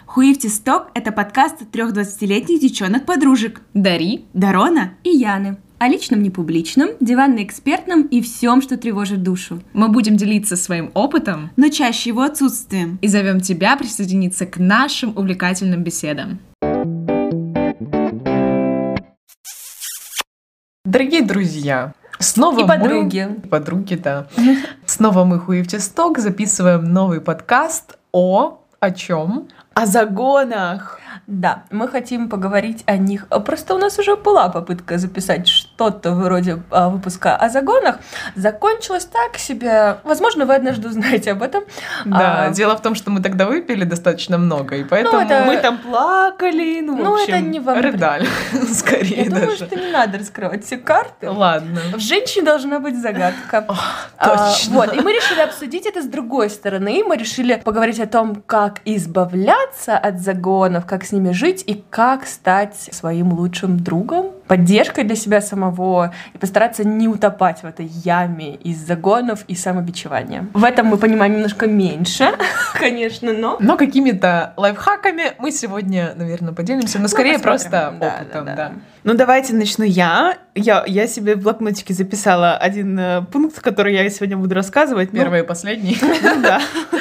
Хуивтисток – это подкаст 3 20-летних девчонок-подружек. Дари, Дарона и Яны. О личном непубличном, диванно-экспертном и всем, что тревожит душу. Мы будем делиться своим опытом, но чаще его отсутствием. И зовем тебя присоединиться к нашим увлекательным беседам. Дорогие друзья, снова и подруги. Подруги, да. Снова мы, Хуивтисток, записываем новый подкаст о чем? О загонах. Да, мы хотим поговорить о них. Просто у нас уже была попытка записать что-то вроде выпуска о загонах. Закончилось так себе. Возможно, вы однажды узнаете об этом. Да, дело в том, что мы тогда выпили достаточно много, и поэтому мы там плакали, в общем, это не вам... рыдали, скорее Я даже. думаю, что не надо раскрывать все карты. Ладно. В женщине должна быть загадка. Точно. И мы решили обсудить это с другой стороны. Мы решили поговорить о том, как избавляться от загонов, как с ними жить и как стать своим лучшим другом, поддержкой для себя самого и постараться не утопать в этой яме из загонов и самобичевания. В этом мы понимаем немножко меньше, конечно, но какими-то лайфхаками мы сегодня, наверное, поделимся, но скорее просто опытом. Да. Ну, давайте начну я. Я себе в блокнотике записала один пункт, который я сегодня буду рассказывать. Первый и последний. Да.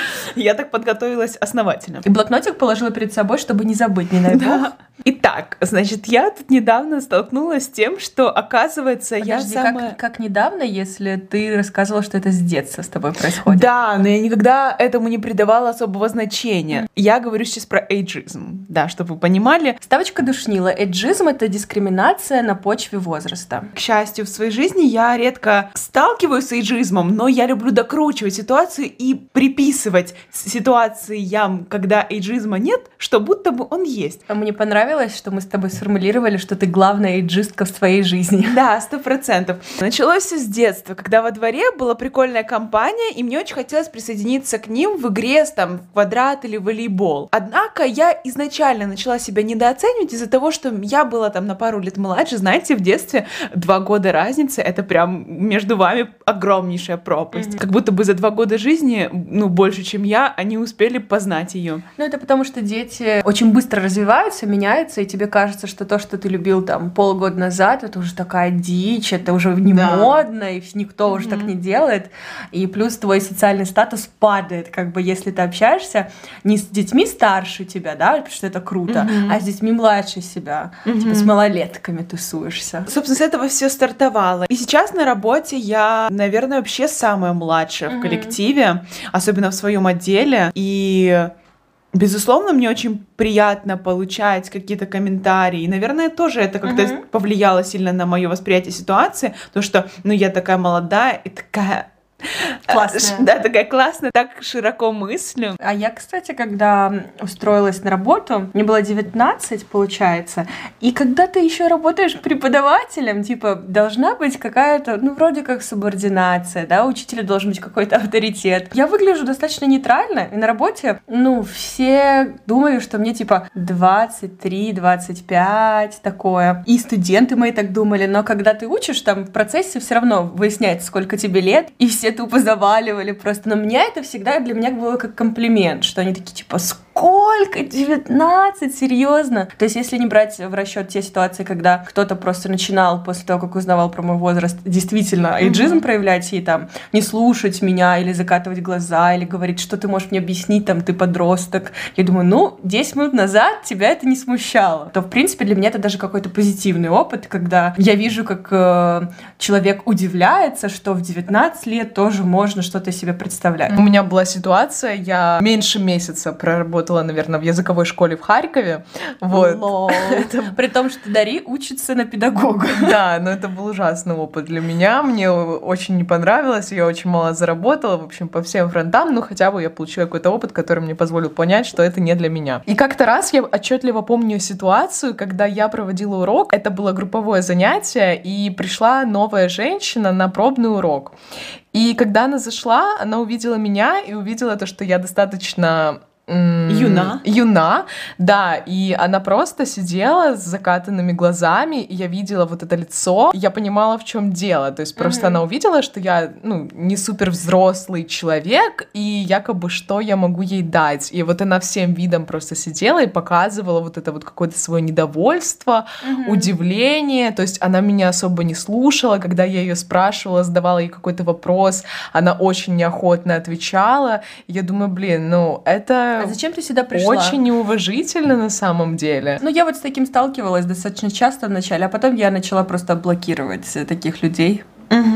Я так подготовилась основательно. И блокнотик положила перед собой, чтобы не забыть, не дай бог. Итак, значит, я тут недавно столкнулась с тем, что, оказывается, Подожди, я самая... как недавно, если ты рассказывала, что это с детства с тобой происходит? Да, но я никогда этому не придавала особого значения. Я говорю сейчас про эйджизм, да, чтобы вы понимали. Ставочка душнила. Эйджизм — это дискриминация на почве возраста. К счастью, в своей жизни я редко сталкиваюсь с эйджизмом, но я люблю докручивать ситуацию и приписывать ситуациям, когда эйджизма нет, что будто бы он есть. А мне понравилось, что мы с тобой сформулировали, что ты главная эйджистка в своей жизни. Да, 100%. Началось все с детства, когда во дворе была прикольная компания, и мне очень хотелось присоединиться к ним в игре в квадрат или волейбол. Однако я изначально начала себя недооценивать из-за того, что я была на пару лет младше. Знаете, в детстве 2 года разницы, это прям между вами огромнейшая пропасть. Как будто бы за 2 года жизни, больше, чем я, они успели познать ее. Это потому, что дети очень быстро развиваются, меняются, и тебе кажется, что то, что ты любил полгода назад, это уже такая дичь, это уже не модно, и никто уже так не делает. И плюс твой социальный статус падает, если ты общаешься не с детьми старше тебя, да, потому что это круто, а с детьми младше себя, с малолетками тусуешься. Собственно, с этого все стартовало. И сейчас на работе я, наверное, вообще самая младшая в коллективе, особенно в своем отделе. И, безусловно, мне очень приятно получать какие-то комментарии. И, наверное, тоже это как-то повлияло сильно на мое восприятие ситуации, потому что, я такая молодая и такая... Классная. Да, такая классная, так широко мыслю. А я, кстати, когда устроилась на работу, мне было 19, получается, и когда ты еще работаешь преподавателем, должна быть какая-то, вроде как субординация, да, учителя должен быть какой-то авторитет. Я выгляжу достаточно нейтрально, и на работе, все думали, что мне 23, 25, такое. И студенты мои так думали, но когда ты учишь, в процессе все равно выясняется, сколько тебе лет, и все тупо заваливали просто. Но это всегда для меня было как комплимент, что они такие, сколько? 19? Серьезно? То есть, если не брать в расчет те ситуации, когда кто-то просто начинал после того, как узнавал про мой возраст, действительно эйджизм проявлять и не слушать меня, или закатывать глаза, или говорить, что ты можешь мне объяснить, ты подросток. Я думаю, 10 минут назад тебя это не смущало. То, в принципе, для меня это даже какой-то позитивный опыт, когда я вижу, как человек удивляется, что в 19 лет тоже можно что-то себе представлять. У меня была ситуация, я меньше месяца проработала, наверное, в языковой школе в Харькове. При том, что Дари учится на педагога. Да, но это был ужасный опыт для меня. Мне очень не понравилось, я очень мало заработала, в общем, по всем фронтам, хотя бы я получила какой-то опыт, который мне позволил понять, что это не для меня. И как-то раз я отчетливо помню ситуацию, когда я проводила урок, это было групповое занятие, и пришла новая женщина на пробный урок. И когда она зашла, она увидела меня и увидела то, что я достаточно Юна, да, и она просто сидела с закатанными глазами, и я видела вот это лицо, и я понимала, в чем дело, то есть просто она увидела, что я, не супер взрослый человек, и якобы что я могу ей дать, и вот она всем видом просто сидела и показывала вот это вот какое-то свое недовольство, удивление, то есть она меня особо не слушала, когда я ее спрашивала, задавала ей какой-то вопрос, она очень неохотно отвечала, и я думаю, это... А зачем ты сюда пришла? Очень неуважительно на самом деле. Я вот с таким сталкивалась достаточно часто вначале, а потом я начала просто блокировать таких людей.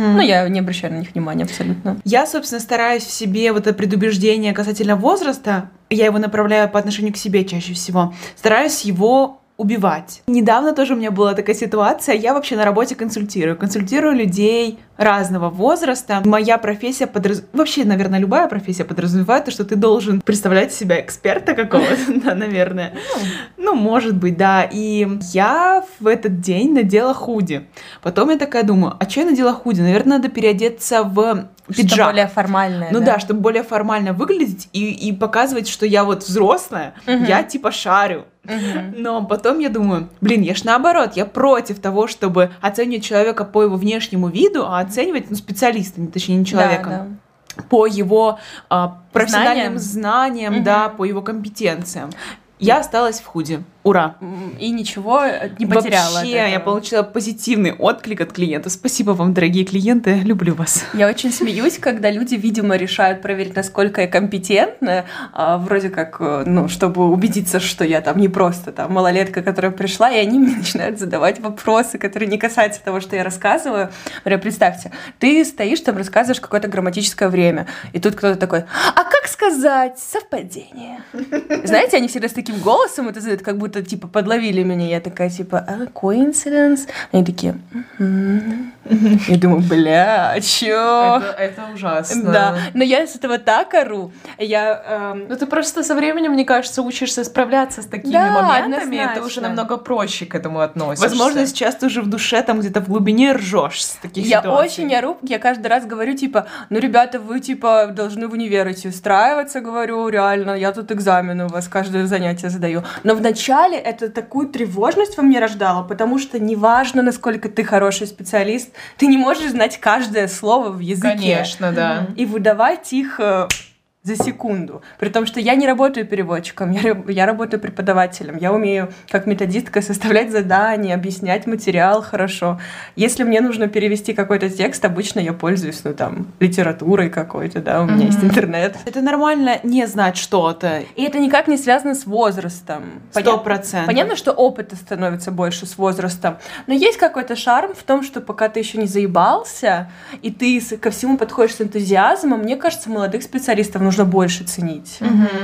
Я не обращаю на них внимания абсолютно. Я, собственно, стараюсь в себе вот это предубеждение касательно возраста, я его направляю по отношению к себе чаще всего, стараюсь его убивать. Недавно тоже у меня была такая ситуация, я вообще на работе консультирую людей разного возраста. Моя профессия вообще, наверное, любая профессия подразумевает то, что ты должен представлять себя эксперта какого-то, да, наверное. Может быть, да. И я в этот день надела худи. Потом я такая думаю, а что я надела худи? Наверное, надо переодеться в пиджак. Что более формальное, да, чтобы более формально выглядеть и показывать, что я вот взрослая, я типа шарю. Но потом я думаю, я ж наоборот, я против того, чтобы оценивать человека по его внешнему виду, а оценивать специалистами, точнее, не человеком, по его профессиональным знаниям, да, по его компетенциям. Я осталась в худи. Ура! И ничего не потеряла. Вообще, я получила позитивный отклик от клиента. Спасибо вам, дорогие клиенты, люблю вас. Я очень смеюсь, когда люди, видимо, решают проверить, насколько я компетентна, вроде как, чтобы убедиться, что я там не просто там малолетка, которая пришла, и они мне начинают задавать вопросы, которые не касаются того, что я рассказываю. Например, представьте, ты стоишь там, рассказываешь какое-то грамматическое время, и тут кто-то такой, а как сказать совпадение? Знаете, они всегда с таким голосом это задают, как будто типа подловили меня. Я такая типа, coincidence? Они такие, Я думаю, чё? Это ужасно. Да, но я с этого так ору. Ты просто со временем, мне кажется, учишься справляться с такими моментами, и ты уже намного проще к этому относишься. Возможно, сейчас ты уже в душе, там где-то в глубине ржешь с таких ситуаций. Я очень ору, я каждый раз говорю, типа, ребята, вы, типа, должны в универ идти устраиваться, говорю, реально, я тут экзамены у вас каждое занятие задаю. Но вначале это такую тревожность во мне рождало, потому что неважно, насколько ты хороший специалист, ты не можешь знать каждое слово в языке. Конечно, да. И выдавать их за секунду. При том, что я не работаю переводчиком, я работаю преподавателем. Я умею, как методистка, составлять задания, объяснять материал хорошо. Если мне нужно перевести какой-то текст, обычно я пользуюсь, литературой какой-то, да, у меня есть интернет. Это нормально не знать что-то. И это никак не связано с возрастом. 100%. Понятно, что опыта становится больше с возрастом, но есть какой-то шарм в том, что пока ты еще не заебался, и ты ко всему подходишь с энтузиазмом, мне кажется, молодых специалистов нужно больше ценить.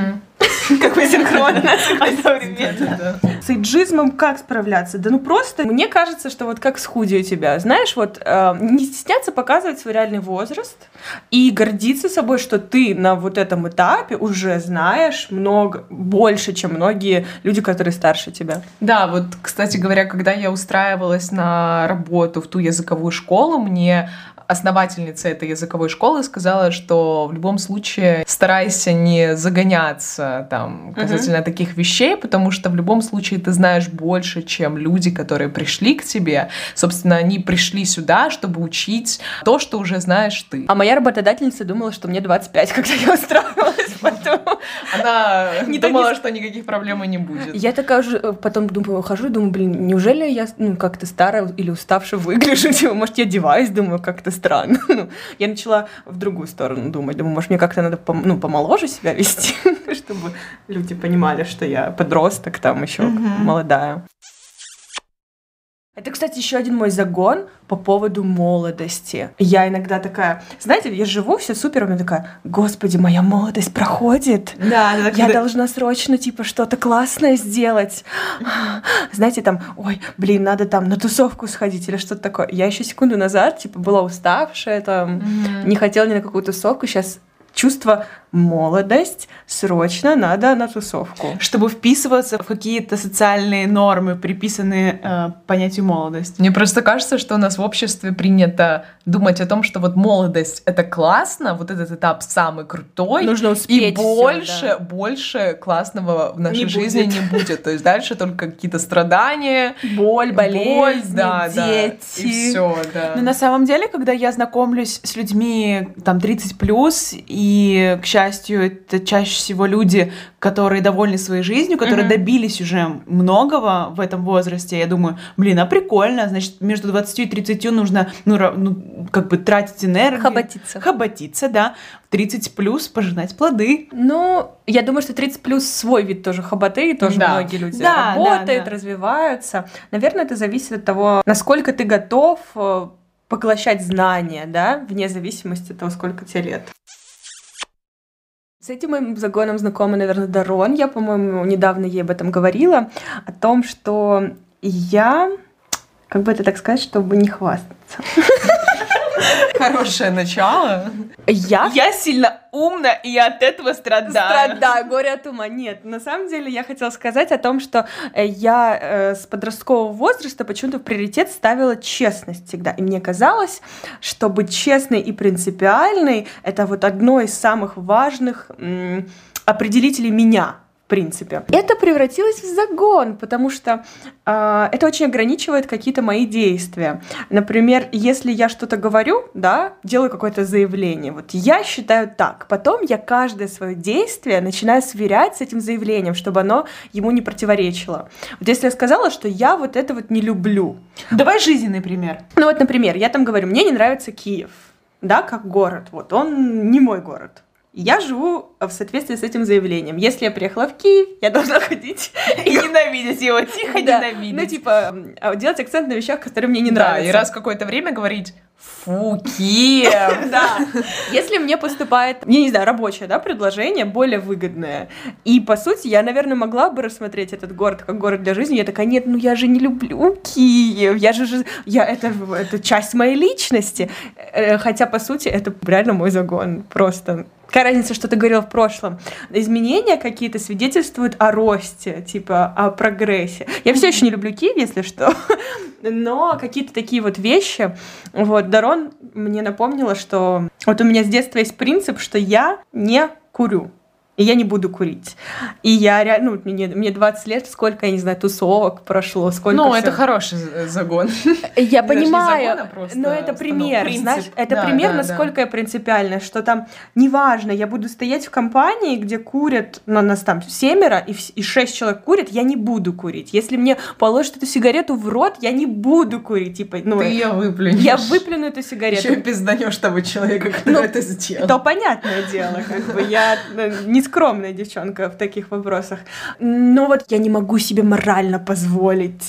Как мы синхронно одновременно. С эйджизмом как справляться? Да просто, мне кажется, что вот как с худи у тебя, знаешь, не стесняться показывать свой реальный возраст и гордиться собой, что ты на вот этом этапе уже знаешь больше, чем многие люди, которые старше тебя. Да, вот, кстати говоря, когда я устраивалась на работу в ту языковую школу, мне основательница этой языковой школы сказала, что в любом случае старайся не загоняться там касательно таких вещей, потому что в любом случае ты знаешь больше, чем люди, которые пришли к тебе. Собственно, они пришли сюда, чтобы учить то, что уже знаешь ты. А моя работодательница думала, что мне 25, когда я устраивалась. Она думала, что никаких проблем и не будет. Я такая уже потом хожу и думаю, неужели я как-то старая или уставшая выгляжу? Может, я одеваюсь, думаю, как-то странно. Я начала в другую сторону думать. Думаю, может, мне как-то надо помоложе себя вести, чтобы люди понимали, что я подросток, там еще молодая. Это, кстати, еще один мой загон по поводу молодости. Я иногда такая, знаете, я живу, все супер, у меня такая, господи, моя молодость проходит. Да, я должна срочно, что-то классное сделать. Знаете, надо там на тусовку сходить или что-то такое. Я еще секунду назад, была уставшая, не хотела ни на какую тусовку, сейчас чувство молодость, срочно надо на тусовку. Чтобы вписываться в какие-то социальные нормы, приписанные понятию молодость. Мне просто кажется, что у нас в обществе принято думать о том, что вот молодость — это классно, вот этот этап самый крутой. Нужно успеть и больше классного в нашей жизни не будет. То есть дальше только какие-то страдания, боль, болезни, дети. И все, да. Но на самом деле, когда я знакомлюсь с людьми там 30+, и, к счастью, это чаще всего люди, которые довольны своей жизнью, которые добились уже многого в этом возрасте. Я думаю, блин, а прикольно, значит, между 20 и 30 нужно, как бы тратить энергию. Хоботиться, да. 30+ пожинать плоды. Ну, я думаю, что 30+ свой вид тоже хоботы, и тоже многие люди работают, развиваются. Наверное, это зависит от того, насколько ты готов поглощать знания, да, вне зависимости от того, сколько тебе лет. С этим моим загоном знакома, наверное, Дарон. Я, по-моему, недавно ей об этом говорила, о том, что я, как бы это так сказать, чтобы не хвастаться. Хорошее начало. Я сильно умна, и от этого страдаю. Горе от ума. Нет, на самом деле я хотела сказать о том, что я с подросткового возраста почему-то в приоритет ставила честность всегда. И мне казалось, что быть честной и принципиальной — это вот одно из самых важных определителей меня. В принципе. Это превратилось в загон, потому что это очень ограничивает какие-то мои действия. Например, если я что-то говорю, да, делаю какое-то заявление, вот я считаю так, потом я каждое свое действие начинаю сверять с этим заявлением, чтобы оно ему не противоречило. Вот если я сказала, что я вот это вот не люблю. Давай жизненный пример. Ну вот, например, я там говорю, мне не нравится Киев, да, как город, вот он не мой город. Я живу в соответствии с этим заявлением. Если я приехала в Киев, я должна ходить и ненавидеть его, тихо ненавидеть. Ну, типа, делать акцент на вещах, которые мне не нравятся. Да, и раз в какое-то время говорить: фу, Киев! Да. Если мне поступает, я не знаю, рабочее, да, предложение, более выгодное, и, по сути, я, наверное, могла бы рассмотреть этот город как город для жизни, я такая, нет, ну я же не люблю Киев, это часть моей личности. Хотя, по сути, это реально мой загон, просто. Какая разница, что ты говорил в прошлом? Изменения какие-то свидетельствуют о росте, типа о прогрессе. Я все еще не люблю Киев, если что, но какие-то такие вот вещи. Вот, Дарон мне напомнила, что вот у меня с детства есть принцип, что я не курю. И я не буду курить. И я реально, мне 20 лет, сколько, я не знаю, тусовок прошло, сколько. Ну, это хороший загон. Я понимаю, но это пример, знаешь, это пример, насколько я принципиальна, что там, неважно, я буду стоять в компании, где курят, нас там 7, и 6 человек курят, я не буду курить. Если мне положат эту сигарету в рот, я не буду курить. Типа, ты ее выплюнешь. Я выплюну эту сигарету. Еще пизданешь того человека, который это сделал. То понятное дело, как бы, я не скромная девчонка в таких вопросах. Но вот я не могу себе морально позволить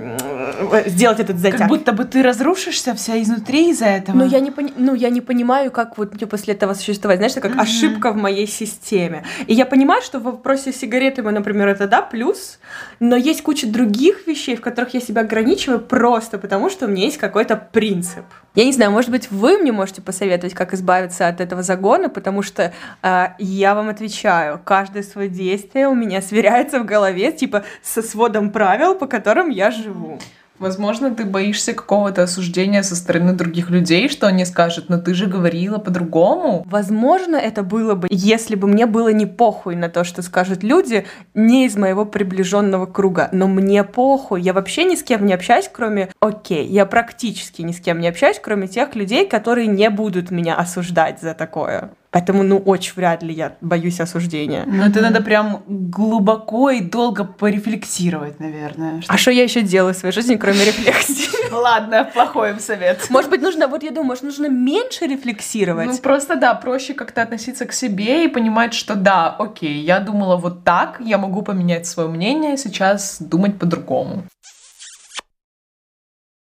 сделать этот затяг. Как будто бы ты разрушишься вся изнутри из-за этого. Но я не понимаю, как вот мне после этого существовать. Знаешь, это как ошибка в моей системе. И я понимаю, что в вопросе сигареты, например, это да, плюс, но есть куча других вещей, в которых я себя ограничиваю просто потому, что у меня есть какой-то принцип. Я не знаю, может быть, вы мне можете посоветовать, как избавиться от этого загона, потому что я вам отвечаю, каждое свое действие у меня сверяется в голове, типа, со сводом правил, по которым я живу. Возможно, ты боишься какого-то осуждения со стороны других людей, что они скажут, но ты же говорила по-другому. Возможно, это было бы, если бы мне было не похуй на то, что скажут люди не из моего приближенного круга. Но мне похуй. Я вообще ни с кем не общаюсь, кроме... я практически ни с кем не общаюсь, кроме тех людей, которые не будут меня осуждать за такое. Поэтому, очень вряд ли я боюсь осуждения. Ну, это надо прям глубоко и долго порефлексировать, наверное. А что я еще делаю в своей жизни, кроме рефлексии? Ладно, плохой совет. Может быть, нужно меньше рефлексировать? Ну, просто, проще как-то относиться к себе и понимать, что окей, я думала вот так, я могу поменять свое мнение, сейчас думать по-другому.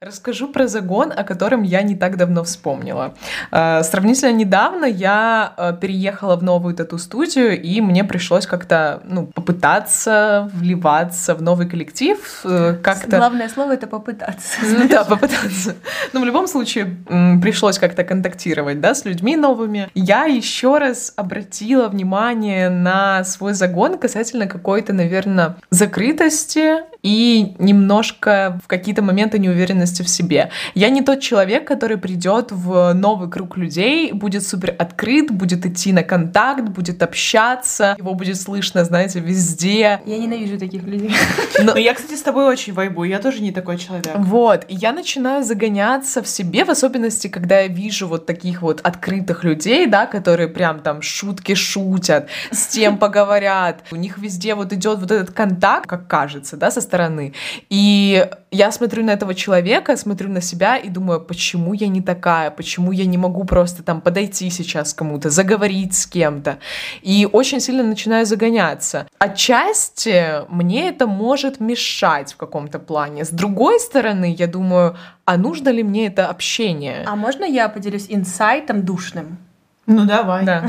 Расскажу про загон, о котором я не так давно вспомнила. Сравнительно недавно я переехала в новую тату-студию, и мне пришлось как-то попытаться вливаться в новый коллектив. Как-то... Главное слово — это попытаться. Да, попытаться. Но в любом случае пришлось как-то контактировать, да, с людьми новыми. Я еще раз обратила внимание на свой загон касательно какой-то, наверное, закрытости и немножко в какие-то моменты неуверенности в себе. Я не тот человек, который придет в новый круг людей, будет супер открыт, будет идти на контакт, будет общаться, его будет слышно, знаете, везде. Я ненавижу таких людей. Но я, кстати, с тобой очень вайбую, я тоже не такой человек. Вот, и я начинаю загоняться в себе, в особенности, когда я вижу вот таких вот открытых людей, да, которые прям там шутки шутят, с тем поговорят, у них везде вот идет вот этот контакт, как кажется, да, со стороны. И я смотрю на этого человека, смотрю на себя и думаю, почему я не такая, почему я не могу просто там подойти сейчас к кому-то, заговорить с кем-то. И очень сильно начинаю загоняться. Отчасти мне это может мешать в каком-то плане. С другой стороны, я думаю, а нужно ли мне это общение? А можно я поделюсь инсайтом душным? Ну, давай. Да.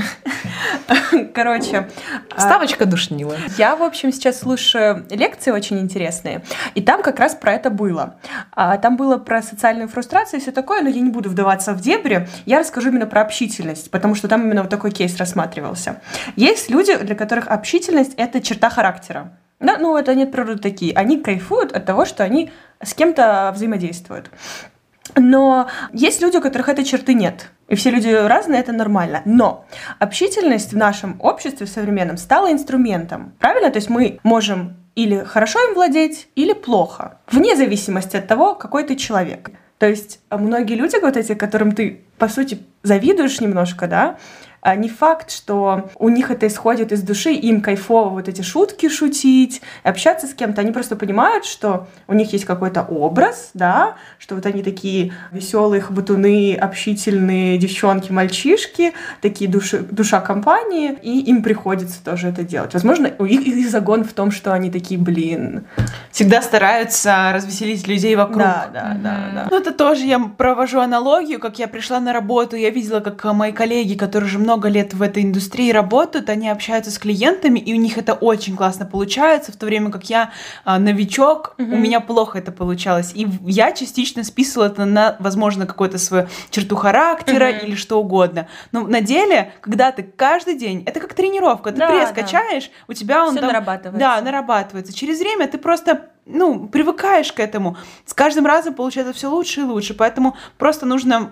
Короче, Вставочка душнила. я, в общем, сейчас слушаю лекции очень интересные, и там как раз про это было. Там было про социальную фрустрацию и все такое, но я не буду вдаваться в дебри, я расскажу именно про общительность, потому что там именно вот такой кейс рассматривался. Есть люди, для которых общительность — это черта характера. Да, ну, это они от природы такие. Они кайфуют от того, что они с кем-то взаимодействуют. Но есть люди, у которых этой черты нет. И все люди разные, это нормально. Но общительность в нашем обществе, в современном, стала инструментом. Правильно? То есть мы можем или хорошо им владеть, или плохо. Вне зависимости от того, какой ты человек. То есть многие люди, вот эти, которым ты, по сути, завидуешь немножко, да, не факт, что у них это исходит из души, им кайфово вот эти шутки шутить, общаться с кем-то. Они просто понимают, что у них есть какой-то образ, да, что вот они такие веселые хбатуны, общительные девчонки, мальчишки, такие душа компании, и им приходится тоже это делать. Возможно, у их загон в том, что они такие, всегда стараются развеселить людей вокруг. Да. Ну, это тоже я провожу аналогию, как я пришла на работу, я видела, как мои коллеги, которые уже много лет в этой индустрии работают, они общаются с клиентами, и у них это очень классно получается, в то время как я новичок, у меня плохо это получалось. И я частично списывала это на, возможно, какую-то свою черту характера или что угодно. Но на деле, когда ты каждый день, это как тренировка, ты пресс качаешь, у тебя он всё там... нарабатывается. Да, нарабатывается. Через время ты просто... привыкаешь к этому. С каждым разом получается все лучше и лучше. Поэтому просто нужно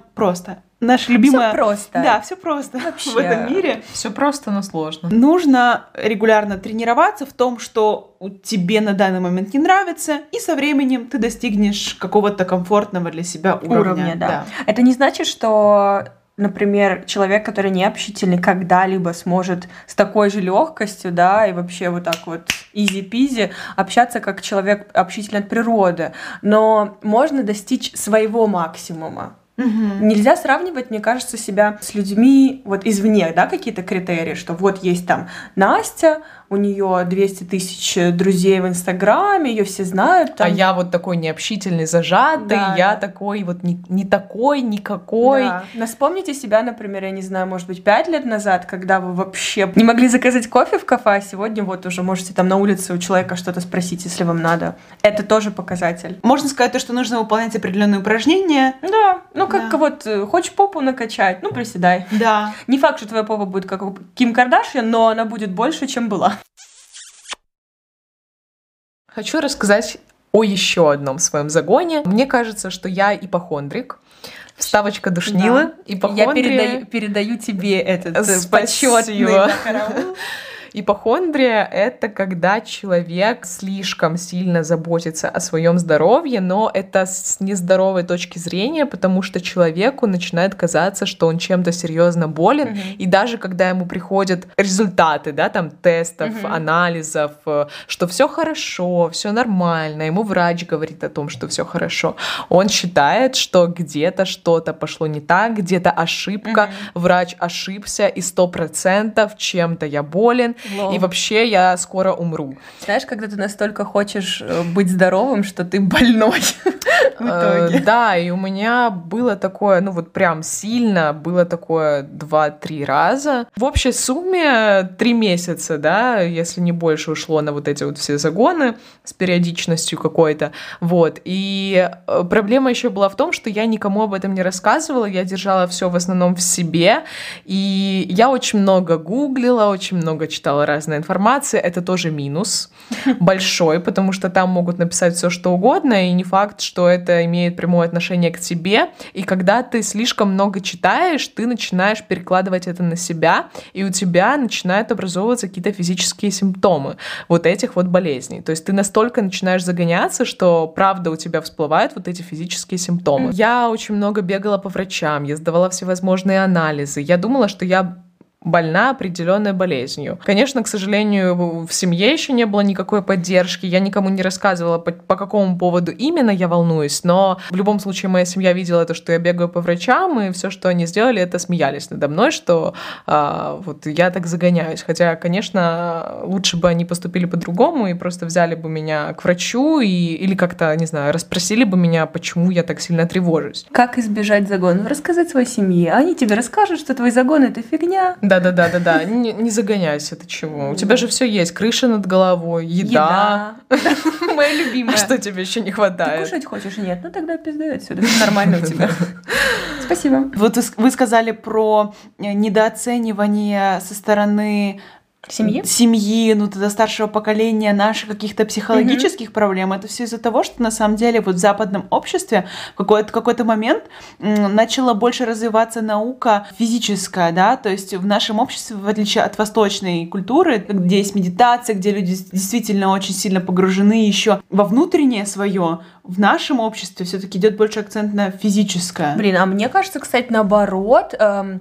Наша любимая... Все просто. Да, все просто вообще. в этом мире. Все просто, но сложно. Нужно регулярно тренироваться в том, что тебе на данный момент не нравится, и со временем ты достигнешь какого-то комфортного для себя уровня. Да. Это не значит, что... Например, человек, который не общительный, когда-либо сможет с такой же легкостью, да, и вообще вот так вот изи-пизи общаться как человек общительный от природы. Но можно достичь своего максимума. Нельзя сравнивать, мне кажется, себя с людьми вот извне, да, какие-то критерии, что вот есть там Настя, у нее 200 тысяч друзей в Инстаграме, ее все знают. Там... А я вот такой необщительный, зажатый, я такой вот не такой, никакой. Да. Но вспомните себя, например, я не знаю, может быть, 5 лет назад, когда вы вообще не могли заказать кофе в кафе, а сегодня вот уже можете там на улице у человека что-то спросить, если вам надо. Это тоже показатель. Можно сказать то, что нужно выполнять определенные упражнения. Да, как вот хочешь попу накачать, приседай. Да. Не факт, что твоя попа будет как у Ким Кардашьян, но она будет больше, чем была. Хочу рассказать о еще одном своем загоне. Мне кажется, что я ипохондрик. Вставочка душнила. Ипохондрия... Я передаю тебе этот почетный караул. Ипохондрия — это когда человек слишком сильно заботится о своем здоровье, но это с нездоровой точки зрения, потому что человеку начинает казаться, что он чем-то серьезно болен, и даже когда ему приходят результаты, да, там тестов, анализов, что все хорошо, все нормально, ему врач говорит о том, что все хорошо, он считает, что где-то что-то пошло не так, где-то ошибка, врач ошибся, и 100% чем-то я болен. И вообще я скоро умру. Знаешь, когда ты настолько хочешь быть здоровым, что ты больной. в итоге. Да, и у меня было такое, ну вот прям сильно, было такое 2-3 раза. В общей сумме 3 месяца, да, если не больше ушло на вот эти вот все загоны с периодичностью какой-то. Вот. И проблема еще была в том, что я никому об этом не рассказывала, я держала все в основном в себе, и я очень много гуглила, очень много читала разной информации. Это тоже минус большой, потому что там могут написать все что угодно, и не факт, что это имеет прямое отношение к тебе. И когда ты слишком много читаешь, ты начинаешь перекладывать это на себя, и у тебя начинают образовываться какие-то физические симптомы вот этих вот болезней. То есть ты настолько начинаешь загоняться, что правда у тебя всплывают вот эти физические симптомы. Я очень много бегала по врачам, я сдавала всевозможные анализы. Я думала, что я больна определенной болезнью. Конечно, к сожалению, в семье еще не было никакой поддержки, я никому не рассказывала, по какому поводу именно я волнуюсь, но в любом случае моя семья видела то, что я бегаю по врачам, и все, что они сделали, это смеялись надо мной, что вот я так загоняюсь. Хотя, конечно, лучше бы они поступили по-другому и просто взяли бы меня к врачу или как-то, не знаю, расспросили бы меня, почему я так сильно тревожусь. Как избежать загона? Рассказать своей семье. Они тебе расскажут, что твой загон — это фигня. Да. Не загоняйся, ты чего? У тебя же все есть. Крыша над головой, еда. Моя любимая. А что тебе еще не Ты хватает? кушать хочешь? Нет, ну тогда пиздуй отсюда. Все нормально у тебя. Спасибо. Вот вы сказали про недооценивание со стороны семьи, ну тогда старшего поколения наших каких-то психологических проблем. Это все из-за того, что на самом деле вот в западном обществе в какой-то момент начала больше развиваться наука физическая, да, то есть в нашем обществе, в отличие от восточной культуры, где есть медитация, где люди действительно очень сильно погружены еще во внутреннее свое, в нашем обществе все-таки идет больше акцент на физическое. Блин, а мне кажется, кстати, наоборот,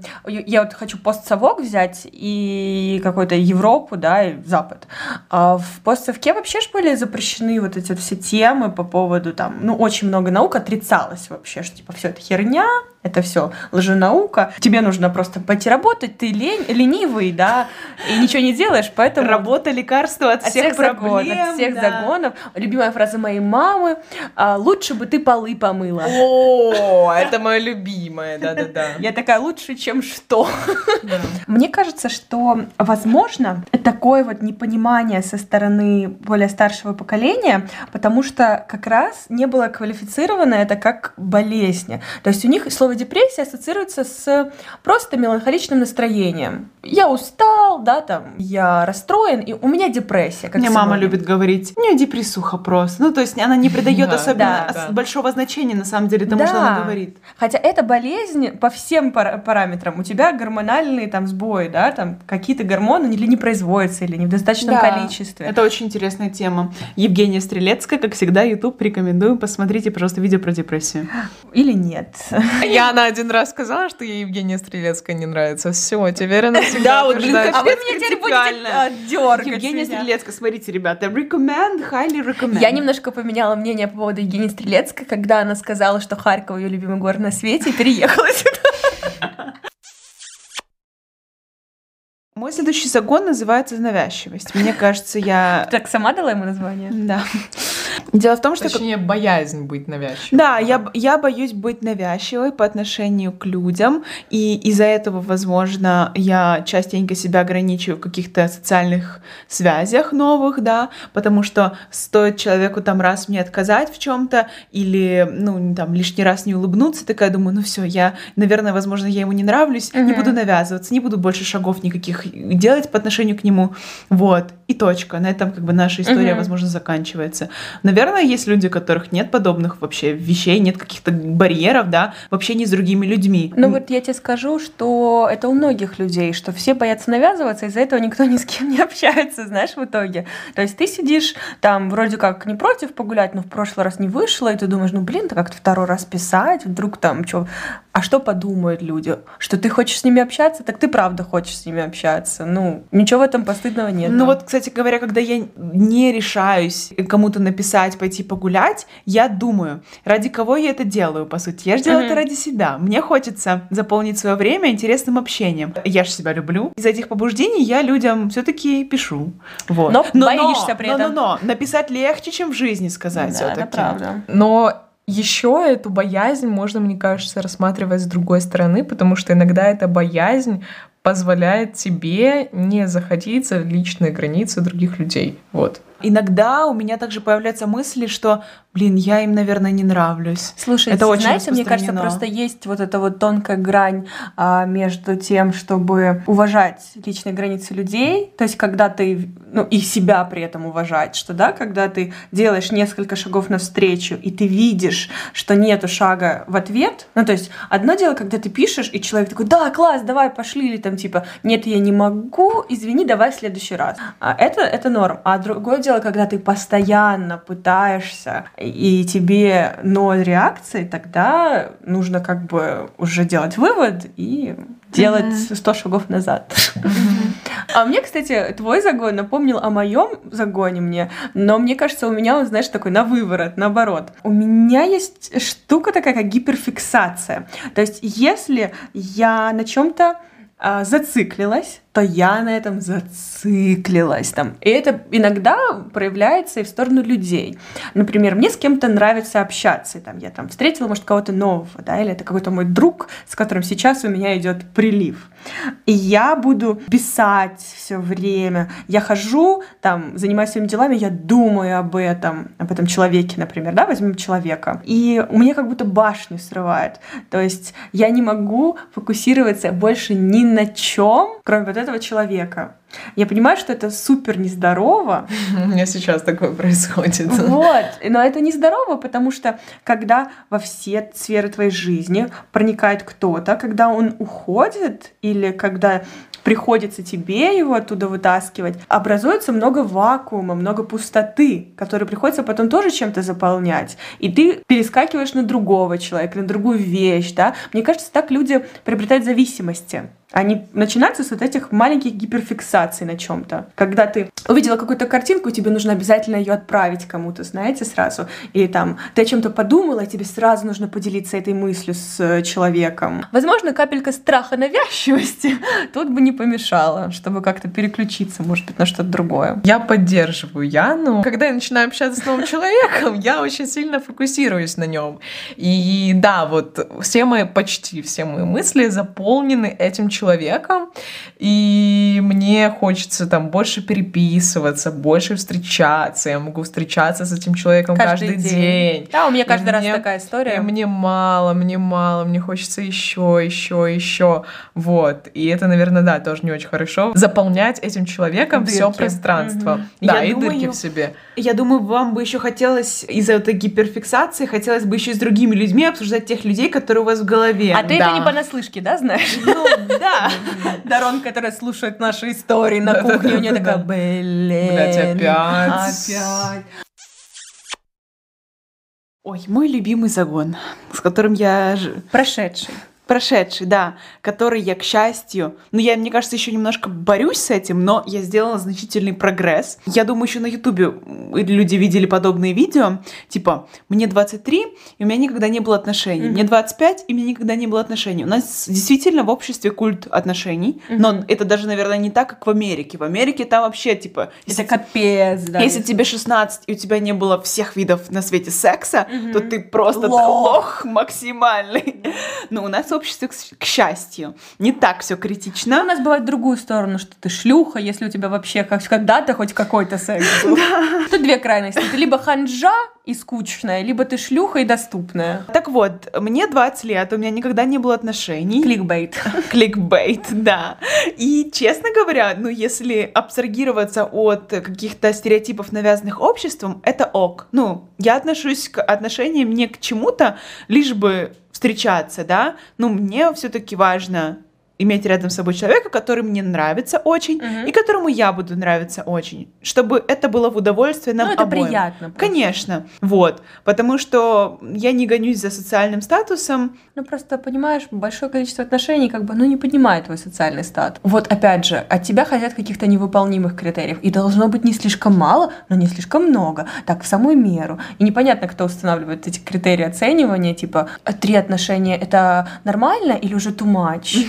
я вот хочу постсовок взять и какой-то Европу, да, и Запад. А в постсовке вообще ж были запрещены вот эти вот все темы по поводу там, ну, очень много наук отрицалось вообще, что типа все это херня, это все лженаука. Тебе нужно просто пойти работать, ты ленивый, да, и ничего не делаешь, поэтому... Работа, лекарство от всех проблем. От всех загонов. Любимая фраза моей мамы: лучше бы ты полы помыла. О, это моя любимая, да. Я такая: лучше, чем что. Мне кажется, что, возможно, такое вот непонимание со стороны более старшего поколения, потому что как раз не было квалифицировано это как болезнь. То есть у них слово депрессия ассоциируется с просто меланхоличным настроением. Я устал, да, там, я расстроен, и у меня депрессия. Мне мама любит говорить: у нее депрессуха просто. Ну, то есть она не придает особенно большого значения, на самом деле, тому, что она говорит. Хотя это болезнь по всем параметрам. У тебя гормональные там сбои, да, там какие-то гормоны или не производятся, или не в достаточном количестве. Это очень интересная тема. Евгения Стрелецкая, как всегда, YouTube рекомендую. Посмотрите, пожалуйста, видео про депрессию. Или нет. Я на один раз сказала, что ей Евгения Стрелецкая не нравится. Все, теперь она всегда да, вот, блин, а вы меня теперь будете дергать. Евгения Стрелецкая, смотрите, ребята, highly recommend. Я немножко поменяла мнение по поводу Евгении Стрелецкой, когда она сказала, что Харьков ее любимый город на свете, и переехала сюда. Мой следующий загон называется навязчивость. Мне кажется, я... Ты так сама дала ему название? Да. Дело в том, что... Точнее, боязнь быть навязчивой. Да, я боюсь быть навязчивой по отношению к людям, и из-за этого, возможно, я частенько себя ограничиваю в каких-то социальных связях новых, да, потому что стоит человеку там раз мне отказать в чем-то или, ну, там, лишний раз не улыбнуться, такая думаю, ну все, я, наверное, возможно, я ему не нравлюсь, не буду навязываться, не буду больше шагов никаких делать по отношению к нему, вот, и точка. На этом как бы наша история, возможно, заканчивается. Наверное, есть люди, у которых нет подобных вообще вещей, нет каких-то барьеров, да, в общении с другими людьми. Ну вот я тебе скажу, что это у многих людей, что все боятся навязываться, из-за этого никто ни с кем не общается, знаешь, в итоге. То есть ты сидишь там вроде как не против погулять, но в прошлый раз не вышло, и ты думаешь, ну блин, как-то второй раз писать, вдруг там что... А что подумают люди? Что ты хочешь с ними общаться? Так ты правда хочешь с ними общаться. Ну, ничего в этом постыдного нет. Ну вот, кстати говоря, когда я не решаюсь кому-то написать, пойти погулять, я думаю, ради кого я это делаю, по сути. Я же делаю это ради себя. Мне хочется заполнить свое время интересным общением. Я же себя люблю. Из этих побуждений я людям все-таки пишу. Вот. Но боишься при этом. Но написать легче, чем в жизни сказать Да, все-таки. это правда. Но Еще эту боязнь можно, мне кажется, рассматривать с другой стороны, потому что иногда эта боязнь позволяет тебе не заходить за личные границы других людей. Вот. Иногда у меня также появляются мысли, что, я им, наверное, не нравлюсь. Слушайте, это очень знаете, мне кажется, просто есть вот эта вот тонкая грань между тем, чтобы уважать личные границы людей, то есть когда ты, и себя при этом уважать, что, да, когда ты делаешь несколько шагов навстречу, и ты видишь, что нету шага в ответ, то есть одно дело, когда ты пишешь, и человек такой: да, класс, давай, пошли, или там типа: нет, я не могу, извини, давай в следующий раз. Это норм. А другое дело, когда ты постоянно пытаешься, и тебе ноль реакции, тогда нужно как бы уже делать вывод и делать 100 шагов назад. А мне, кстати, твой загон напомнил о моем загоне мне, но мне кажется, у меня он, знаешь, такой на выворот, наоборот. У меня есть штука такая, как гиперфиксация. То есть если я на чем-то зациклилась, то я на этом зациклилась. Там. И это иногда проявляется и в сторону людей. Например, мне с кем-то нравится общаться. И, я встретила, может, кого-то нового, да, или это какой-то мой друг, с которым сейчас у меня идет прилив. И я буду писать все время. Я хожу, занимаюсь своими делами, я думаю об этом человеке, например, да, возьмем человека. И у меня как будто башню срывает. То есть я не могу фокусироваться больше ни на чем, кроме вот этого человека. Я понимаю, что это супер нездорово. У меня сейчас такое происходит. Вот. Но это нездорово, потому что когда во все сферы твоей жизни проникает кто-то, когда он уходит или когда приходится тебе его оттуда вытаскивать, образуется много вакуума, много пустоты, которые приходится потом тоже чем-то заполнять. И ты перескакиваешь на другого человека, на другую вещь, да. Мне кажется, так люди приобретают зависимости. Они начинаются с вот этих маленьких гиперфиксаций на чем-то. Когда ты увидела какую-то картинку, тебе нужно обязательно ее отправить кому-то, знаете, сразу. Или ты о чем-то подумала, и тебе сразу нужно поделиться этой мыслью с человеком. Возможно, капелька страха навязчивости тут бы не помешала, чтобы как-то переключиться, может быть, на что-то другое. Я поддерживаю Яну. Когда я начинаю общаться с новым человеком, я очень сильно фокусируюсь на нем. И да, вот почти все мои мысли заполнены этим человеком, и мне хочется больше переписываться, больше встречаться. Я могу встречаться с этим человеком каждый день. Да, у меня каждый раз такая история. И мне мало, мне хочется еще. Вот. И это, наверное, да, тоже не очень хорошо. Заполнять этим человеком все пространство. Да, и дырки в себе. Я думаю, вам бы еще хотелось из-за этой гиперфиксации, хотелось бы еще с другими людьми обсуждать тех людей, которые у вас в голове. А ты это не понаслышке, да, знаешь? Да. Дарон, которая слушает наши истории на кухне, у нее такая: блядь, опять. Ой, мой любимый загон, с которым я... Прошедший, да, который я, к счастью, мне кажется, еще немножко борюсь с этим, но я сделала значительный прогресс. Я думаю, еще на Ютубе люди видели подобные видео, типа: мне 23, и у меня никогда не было отношений, мне 25, и у меня никогда не было отношений. У нас действительно в обществе культ отношений, но это даже, наверное, не так, как в Америке. В Америке там вообще, типа... Это капец, да. Если тебе 16, и у тебя не было всех видов на свете секса, то ты просто лох максимальный. Но у нас в обществе, к счастью, не так все критично. У нас бывает в другую сторону, что ты шлюха, если у тебя вообще когда-то хоть какой-то секс был. Тут две крайности. Ты либо ханжа и скучная, либо ты шлюха и доступная. Так вот, мне 20 лет, у меня никогда не было отношений. Кликбейт, да. И, честно говоря, если абстрагироваться от каких-то стереотипов, навязанных обществом, это ок. Я отношусь к отношениям не к чему-то, лишь бы встречаться, да, мне все-таки важно иметь рядом с собой человека, который мне нравится очень, и которому я буду нравиться очень, чтобы это было в удовольствие нам обоим. Это приятно. Просто. Конечно, вот, потому что я не гонюсь за социальным статусом. Просто, понимаешь, большое количество отношений не поднимает твой социальный статус. Вот, опять же, от тебя хотят каких-то невыполнимых критериев, и должно быть не слишком мало, но не слишком много, так, в самую меру. И непонятно, кто устанавливает эти критерии оценивания, типа, 3 отношения — это нормально или уже too much? Например,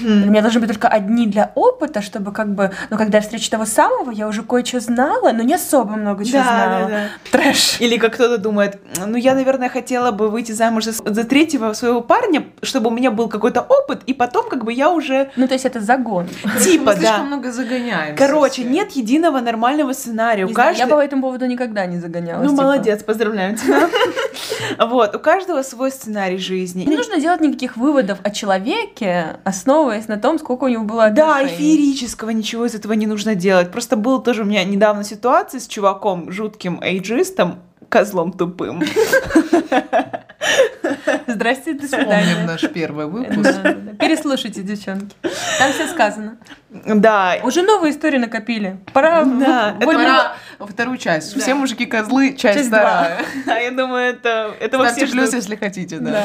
меня должны быть только одни для опыта, чтобы как бы, ну, когда я встречу того самого, я уже кое-что знала, но не особо много чего знала. Да. Трэш. Или как кто-то думает, ну, я, наверное, хотела бы выйти замуж за третьего своего парня, чтобы у меня был какой-то опыт, и потом как бы я уже... Ну, то есть это загон. Типа, Мы да. слишком много загоняем. Короче, нет единого нормального сценария. Не знаю, я по этому поводу никогда не загонялась. Ну, типа. молодец, поздравляем тебя. Вот, у каждого свой сценарий жизни. Не нужно делать никаких выводов о человеке, основываясь на том, сколько у него было Да, отношений. феерического ничего из этого не нужно делать. Просто была тоже у меня недавно ситуация с чуваком, жутким эйджистом, козлом тупым. Здрасте, до Вспомним свидания. наш первый выпуск. Да. Переслушайте, девчонки. Там все сказано. Да. Уже новые истории накопили. Пора... Да, это Пора вторую часть. Все мужики козлы, часть Часть вторая. Да, я думаю, это во Ставьте всех плюс, штуках. если хотите, да.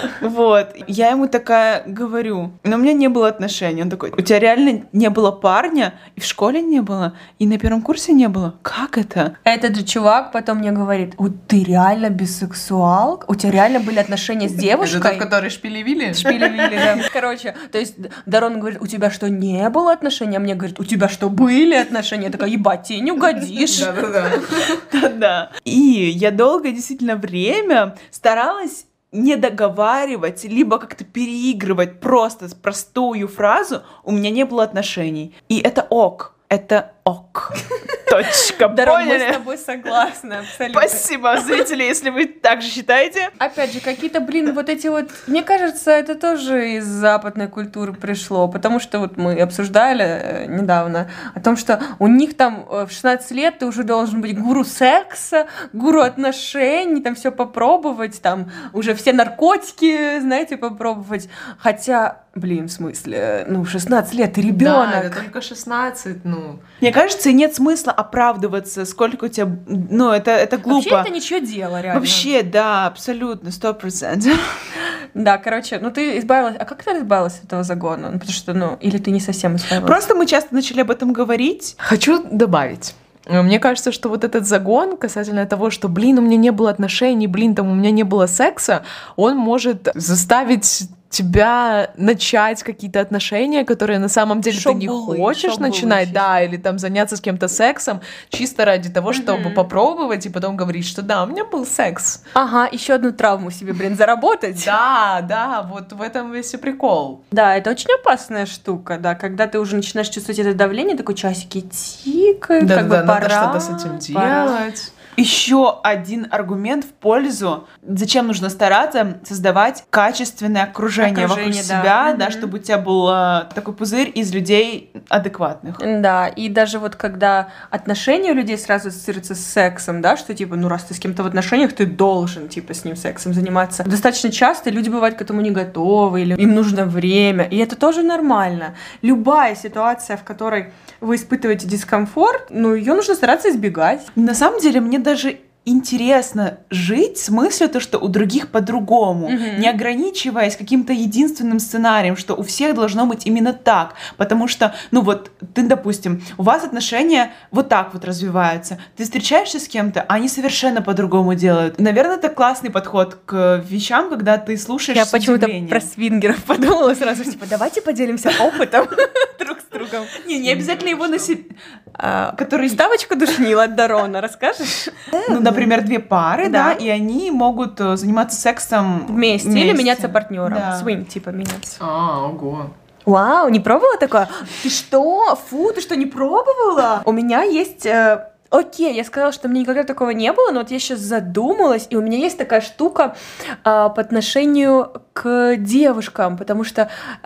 Вот, я ему такая говорю, но у меня не было отношений. Он такой, у тебя реально не было парня, и в школе не было, и на первом курсе не было? Как это? Этот же чувак потом мне говорит, вот ты реально бисексуал? У тебя реально были отношения с Это девушкой? тот, который шпилевили? Шпилевили, да. Короче, то есть Дарон говорит, у тебя что, не было отношений? А мне говорит, у тебя что, были отношения? Я такая, ебать, тебе не угодишь. Да-да-да. Да. И я долгое действительно время старалась не договаривать, либо как-то переигрывать просто простую фразу «у меня не было отношений». И это ок. Это ок. Точка. Дарон, мы с Поняли? тобой согласны, абсолютно. Спасибо, зрители, если вы так же считаете. Опять же, какие-то, вот эти вот... Мне кажется, это тоже из западной культуры пришло, потому что вот мы обсуждали недавно о том, что у них там в 16 лет ты уже должен быть гуру секса, гуру отношений, там все попробовать, там уже все наркотики, знаете, попробовать. Хотя, блин, в смысле, ну, 16 лет, ты Да, ребенок. это только 16, ну. Мне кажется, и нет смысла оправдываться, сколько у тебя... Ну, это глупо. Вообще это ничего дело, реально. Вообще, да, абсолютно, 100%. Да, короче, ну ты избавилась... А как ты избавилась от этого загона? Ну, потому что, ну, или ты не совсем избавилась? Просто мы часто начали об этом говорить. Хочу добавить. Мне кажется, что вот этот загон касательно того, что, блин, у меня не было отношений, блин, там у меня не было секса, он может заставить тебя начать какие-то отношения, которые на самом деле ты не хочешь начинать, да, или там заняться с кем-то сексом, чисто ради того, чтобы попробовать и потом говорить, что да, у меня был секс. Ага, еще одну травму себе, блин, заработать. Да, вот в этом весь и прикол. Да, это очень опасная штука, да, когда ты уже начинаешь чувствовать это давление, такой часики тикают, как бы надо пора. что-то с этим делать. Еще один аргумент в пользу, зачем нужно стараться создавать качественное окружение вокруг Окружение, себя, да. да, чтобы у тебя был такой пузырь из людей адекватных. Да, и даже вот когда отношения у людей сразу ассоциируются с сексом, да, что типа, ну раз ты с кем-то в отношениях, ты должен типа с ним сексом заниматься. Достаточно часто люди бывают к этому не готовы, или им нужно время, и это тоже нормально. Любая ситуация, в которой вы испытываете дискомфорт, ну ее нужно стараться избегать. На самом деле, мне даже интересно жить с мыслью, то, что у других по-другому, не ограничиваясь каким-то единственным сценарием, что у всех должно быть именно так, потому что, ну вот, ты, допустим, у вас отношения вот так вот развиваются, ты встречаешься с кем-то, а они совершенно по-другому делают. Наверное, это классный подход к вещам, когда ты слушаешь Я с почему-то удивлением. про свингеров подумала сразу, типа, давайте поделимся опытом друг с другом. Не обязательно его на себе... Который ставочку душнила от Дарона, расскажешь? Ну, например, две пары, Да. да, и они могут заниматься сексом Вместе или меняться партнером. Да. Свинг, типа, меняться. Ого. Вау, не пробовала такое? Ты что? Фу, ты что, не пробовала? У меня есть... Окей, я сказала, что мне никогда такого не было, но вот я сейчас задумалась, и у меня есть такая штука по отношению к девушкам, потому что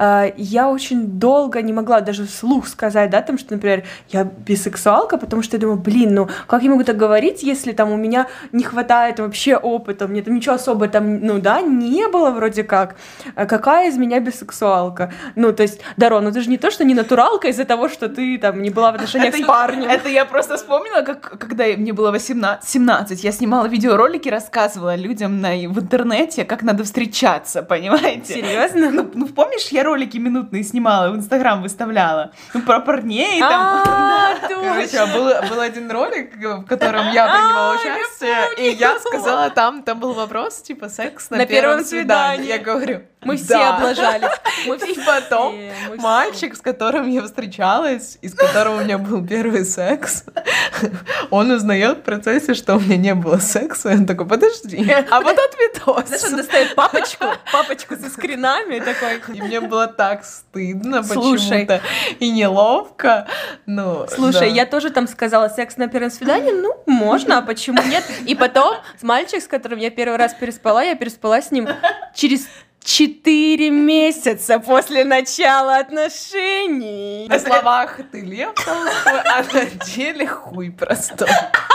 я очень долго не могла даже вслух сказать, да, там, что, например, я бисексуалка, потому что я думаю, блин, ну, как я могу так говорить, если там у меня не хватает вообще опыта, мне там ничего особо там, ну, да, не было вроде как. Какая из меня бисексуалка? Ну, то есть, Дарон, ну ты же не то, что не натуралка из-за того, что ты там не была в отношениях с парнем. Это я просто вспомнила, когда мне было 17, я снимала видеоролики, рассказывала людям в интернете, как надо встречаться, понимаете? Серьезно? Ну, помнишь, я ролики минутные снимала, в Инстаграм выставляла? Ну, про парней там. Короче, был один ролик, в котором я принимала участие. и я сказала, там был вопрос, типа, секс на первом свидании. Я говорю, мы все облажались. И потом мальчик, с которым я встречалась, и с которым у меня был первый секс, он узнает в процессе, что у меня не было секса, и он такой, подожди, а вот тот видос. Знаешь, он достает папочку со скринами такой. И мне было так стыдно почему-то и неловко. Ну, слушай, я тоже там сказала, секс на первом свидании, ну, можно, а почему нет? И потом мальчик, с которым я первый раз переспала, я переспала с ним через 4 месяца после начала отношений. На словах ты Лев Толстой, а на деле хуй простой.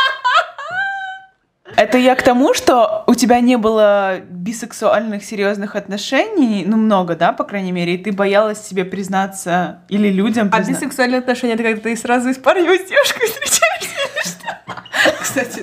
Это я к тому, что у тебя не было бисексуальных серьезных отношений, ну много, да, по крайней мере, и ты боялась себе признаться или людям признаться. А бисексуальные отношения — это когда ты сразу и с парнем, и с девушкой встречаешься? Кстати,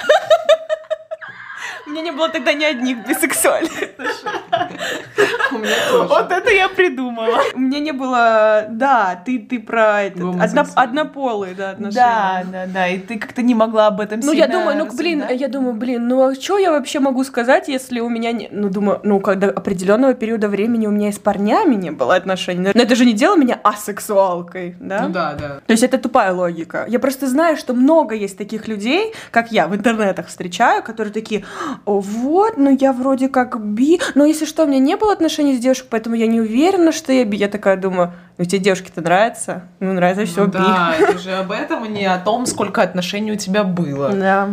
У меня не было тогда ни одних бисексуальных отношений. у меня тоже. Вот это я придумала. У меня не было, да, ты про это, однополые, да, отношения. Да, и ты как-то не могла об этом Ну, сильно я думаю, ну, а что я вообще могу сказать, если у меня не... Ну, думаю, когда определенного периода времени у меня и с парнями не было отношений. Но это же не делало меня асексуалкой, да? Ну да. То есть это тупая логика. Я просто знаю, что много есть таких людей, как я в интернетах встречаю, которые такие, вот, ну я вроде как би, но если что, у меня не было отношений с девушкой, поэтому я не уверена, что я би. Я такая думаю, ну тебе девушки-то нравятся? Ну, нравится, все, би. Да, это же об этом, а не о том, сколько отношений у тебя было. Да.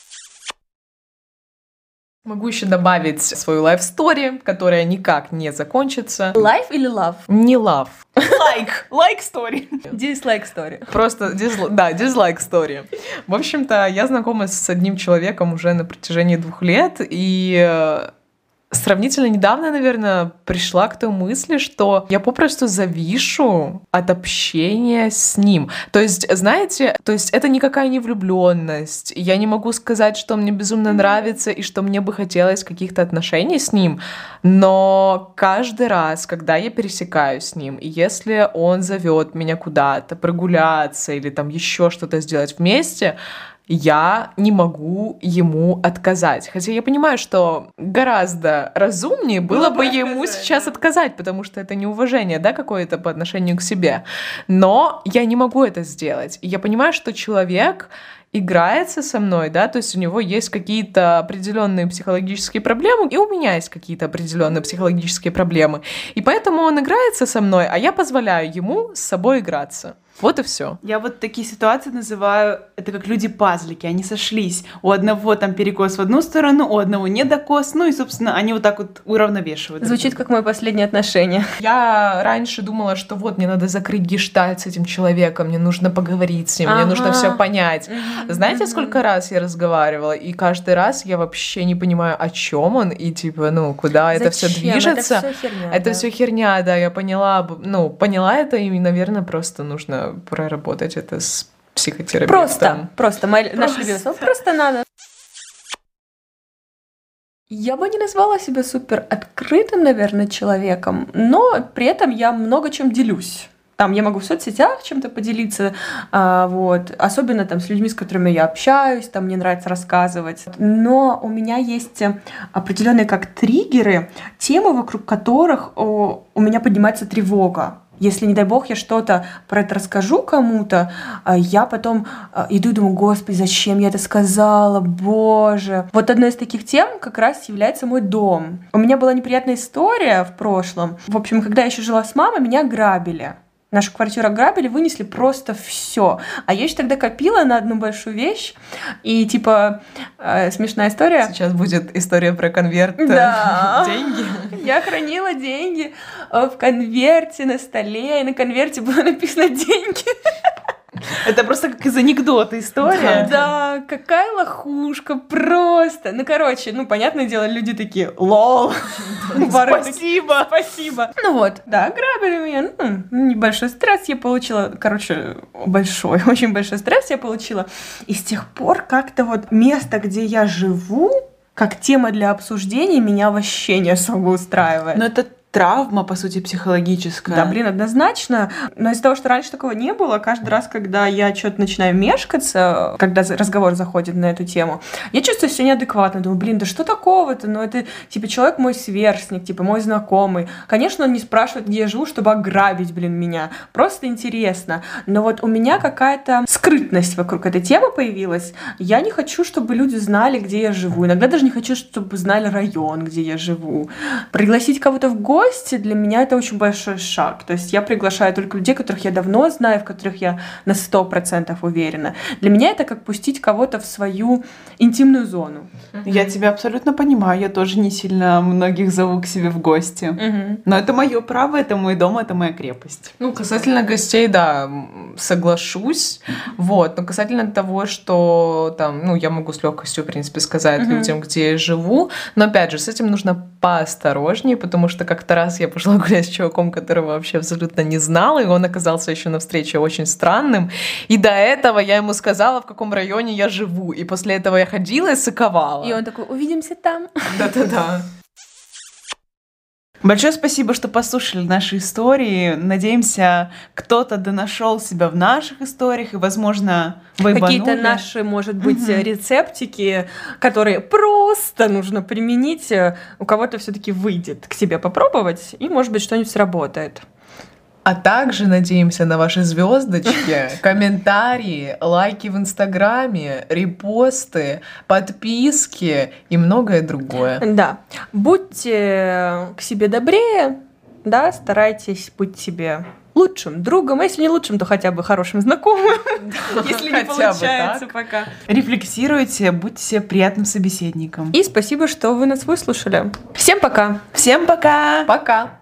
Могу еще добавить свою life-story, которая никак не закончится. Life или love? Не love. Лайк story. Dislike story. Просто дизлайк story. В общем-то, я знакома с одним человеком уже на протяжении 2 лет, и сравнительно недавно, наверное, пришла к той мысли, что я попросту завишу от общения с ним. То есть, знаете, это никакая не влюбленность. Я не могу сказать, что мне безумно нравится и что мне бы хотелось каких-то отношений с ним, но каждый раз, когда я пересекаюсь с ним, и если он зовет меня куда-то прогуляться или там еще что-то сделать вместе, я не могу ему отказать. Хотя я понимаю, что гораздо разумнее было бы ему сейчас отказать, потому что это неуважение, да, какое-то по отношению к себе. Но я не могу это сделать. И я понимаю, что человек играется со мной, да, то есть у него есть какие-то определенные психологические проблемы, и у меня есть какие-то определенные психологические проблемы. И поэтому он играется со мной, а я позволяю ему с собой играться. Вот и все. Я вот такие ситуации называю, это как люди-пазлики, они сошлись. У одного там перекос в одну сторону, у одного недокос, ну и, собственно, они вот так вот уравновешивают. Звучит как мое последнее отношение. Я раньше думала, что вот мне надо закрыть гештальт с этим человеком, мне нужно поговорить с ним, мне нужно все понять. Знаете, сколько раз я разговаривала, и каждый раз я вообще не понимаю, о чем он, и типа, ну, куда это все движется. Это все херня. Это все херня, да, я поняла это, и, наверное, просто нужно проработать это с психотерапевтом. Просто. Наш любимый слово. Просто надо. Я бы не назвала себя супер открытым, наверное, человеком, но при этом я много чем делюсь. Там я могу в соцсетях чем-то поделиться, вот, особенно там с людьми, с которыми я общаюсь, там мне нравится рассказывать. Но у меня есть определенные как триггеры, темы, вокруг которых у меня поднимается тревога. Если, не дай бог, я что-то про это расскажу кому-то, я потом иду и думаю, господи, зачем я это сказала, боже. Вот одной из таких тем как раз является мой дом. У меня была неприятная история в прошлом. В общем, когда я еще жила с мамой, меня грабили. Нашу квартиру ограбили, вынесли просто все. А я еще тогда копила на одну большую вещь. И типа смешная история. Сейчас будет история про конверт. Да. Деньги. Я хранила деньги в конверте на столе, и на конверте было написано «деньги». Это просто как из анекдота история. Да, какая лохушка, просто. Ну, короче, понятное дело, люди такие, лол. Спасибо. Спасибо. Ну вот, да, грабили меня. Небольшой стресс я получила. Короче, очень большой стресс я получила. И с тех пор как-то вот место, где я живу, как тема для обсуждения, меня вообще не особо устраивает. Но это травма, по сути, психологическая. Да, блин, однозначно. Но из-за того, что раньше такого не было, каждый раз, когда я что-то начинаю мешкаться, когда разговор заходит на эту тему, я чувствую себя неадекватно. Думаю, блин, да что такого-то? Ну, это, типа, человек мой сверстник, типа, мой знакомый. Конечно, он не спрашивает, где я живу, чтобы ограбить, блин, меня. Просто интересно. Но вот у меня какая-то скрытность вокруг этой темы появилась. Я не хочу, чтобы люди знали, где я живу. Иногда даже не хочу, чтобы знали район, где я живу. Пригласить кого-то в гости для меня это очень большой шаг. То есть я приглашаю только людей, которых я давно знаю, в которых я на 100% уверена. Для меня это как пустить кого-то в свою интимную зону. Я тебя абсолютно понимаю. Я тоже не сильно многих зову к себе в гости. Но это мое право, это мой дом, это моя крепость. Ну, касательно гостей, да, соглашусь. Вот. Но касательно того, что там, ну, я могу с легкостью, в принципе, сказать людям, где я живу. Но опять же, с этим нужно поосторожнее, потому что как-то раз я пошла гулять с чуваком, которого вообще абсолютно не знала, и он оказался еще на встрече очень странным. И до этого я ему сказала, в каком районе я живу. И после этого я ходила и сыковала. И он такой, увидимся там. Да-да-да. Большое спасибо, что послушали наши истории. Надеемся, кто-то донашел себя в наших историях и, возможно, вайбанули. Какие-то наши, может быть, рецептики, которые просто нужно применить, у кого-то все-таки выйдет к себе попробовать, и, может быть, что-нибудь сработает. А также надеемся на ваши звездочки, комментарии, лайки в Инстаграме, репосты, подписки и многое другое. Да. Будьте к себе добрее, да, старайтесь быть себе лучшим другом, а если не лучшим, то хотя бы хорошим знакомым, если не получается пока. Рефлексируйте, будьте приятным собеседником. И спасибо, что вы нас выслушали. Всем пока! Всем пока! Пока!